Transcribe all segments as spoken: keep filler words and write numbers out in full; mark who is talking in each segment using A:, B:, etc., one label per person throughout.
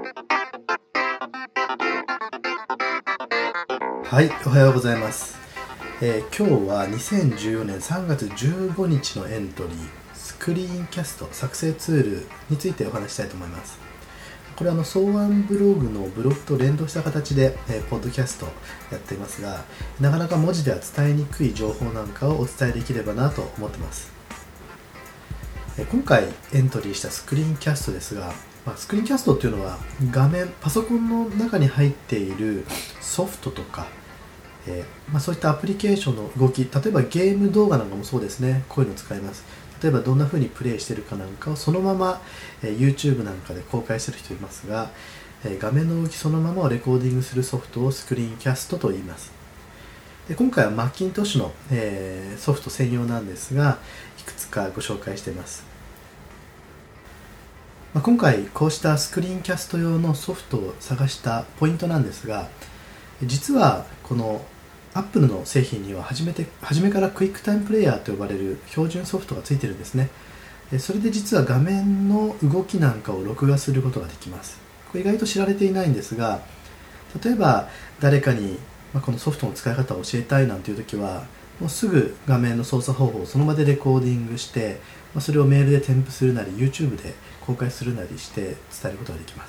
A: はい、おはようございます。えー、今日はにせんじゅうよねんさんがつじゅうごにちのエントリー、スクリーンキャスト作成ツールについてお話したいと思います。これはあの草案ブログのブログと連動した形で、えー、ポッドキャストやっていますが、なかなか文字では伝えにくい情報なんかをお伝えできればなと思っています。えー、今回エントリーしたスクリーンキャストですが、まあ、スクリーンキャストっていうのは画面、パソコンの中に入っているソフトとか、えーまあ、そういったアプリケーションの動き、例えばゲーム動画なんかもそうですね、こういうのを使います。例えばどんな風にプレイしているかなんかをそのまま、えー、YouTube なんかで公開している人いますが、えー、画面の動きそのままをレコーディングするソフトをスクリーンキャストと言います。で今回はマッキントッシュの、えー、ソフト専用なんですが、いくつかご紹介しています。まあ、今回こうしたスクリーンキャスト用のソフトを探したポイントなんですが、実はこのApple の製品には初めて初めからクイックタイムプレイヤーと呼ばれる標準ソフトがついてるんですね。それで実は画面の動きなんかを録画することができます。これ意外と知られていないんですが、例えば誰かにこのソフトの使い方を教えたいなんていう時は、もうすぐ画面の操作方法をその場でレコーディングして、それをメールで添付するなり YouTube で公開するなりして伝えることができます。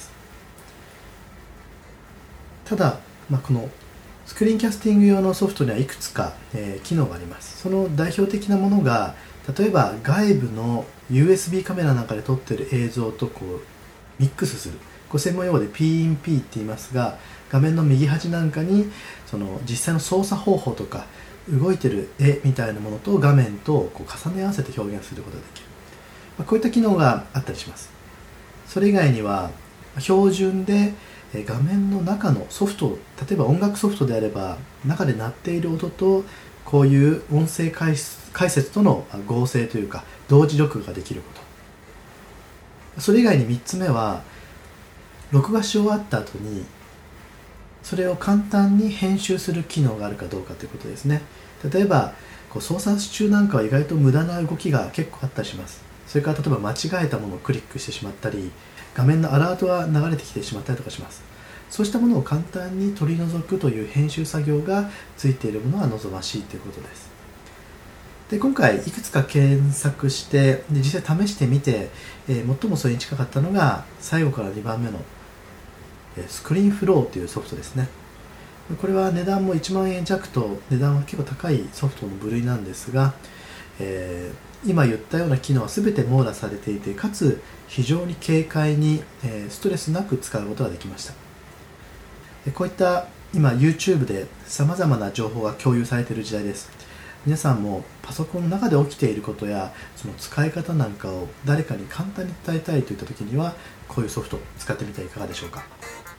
A: ただ、まあ、このスクリーンキャスティング用のソフトにはいくつか、えー、機能があります。その代表的なものが、例えば外部の ユーエスビー カメラなんかで撮っている映像とこうミックスする、こう専門用語で ピーインピー って言いますが、画面の右端なんかにその実際の操作方法とか動いてる絵みたいなものと画面とこう重ね合わせて表現することができる、まあ、こういった機能があったりします。それ以外には標準で画面の中のソフト、例えば音楽ソフトであれば中で鳴っている音とこういう音声解説との合成というか同時録画ができること。それ以外にみっつめは、録画し終わった後にそれを簡単に編集する機能があるかどうかということですね。例えばこう操作中なんかは意外と無駄な動きが結構あったりします。それから例えば間違えたものをクリックしてしまったり、画面のアラートが流れてきてしまったりとかします。そうしたものを簡単に取り除くという編集作業がついているものは望ましいということです。で今回いくつか検索してで実際試してみて、えー、最もそれに近かったのが最後からにばんめの、えー、スクリーンフローというソフトですね。これは値段もいちまんえん弱と値段は結構高いソフトの部類なんですが、えー今言ったような機能は全て網羅されていて、かつ非常に軽快に、えー、ストレスなく使うことができました。こういった今 YouTube でさまざまな情報が共有されている時代です。皆さんもパソコンの中で起きていることやその使い方なんかを誰かに簡単に伝えたいといった時には、こういうソフトを使ってみてはいかがでしょうか。